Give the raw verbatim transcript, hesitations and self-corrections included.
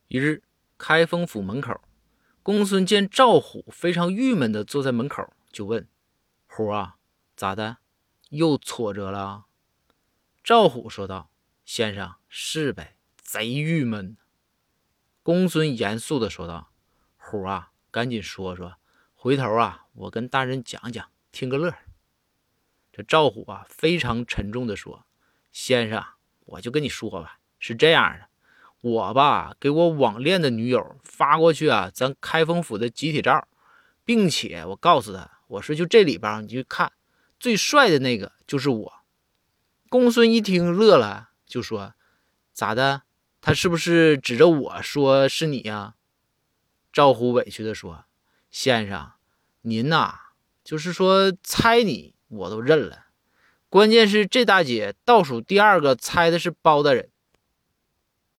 一日，开封府门口，公孙见赵虎非常郁闷地坐在门口，就问：虎啊，咋的？又挫折了啊？赵虎说道：先生，是呗，贼郁闷。公孙严肃地说道：虎啊，赶紧说说，回头啊，我跟大人讲讲，听个乐。这赵虎啊，非常沉重地说：先生，我就跟你说吧，是这样的，我吧给我网恋的女友发过去啊咱开封府的集体照，并且我告诉她，我说就这里边你去看，最帅的那个就是我。公孙一听乐了，就说：咋的？他是不是指着我说是你呀？赵虎委屈地说：先生，您呐、啊，就是说猜你我都认了，关键是这大姐倒数第二个猜的是包大人，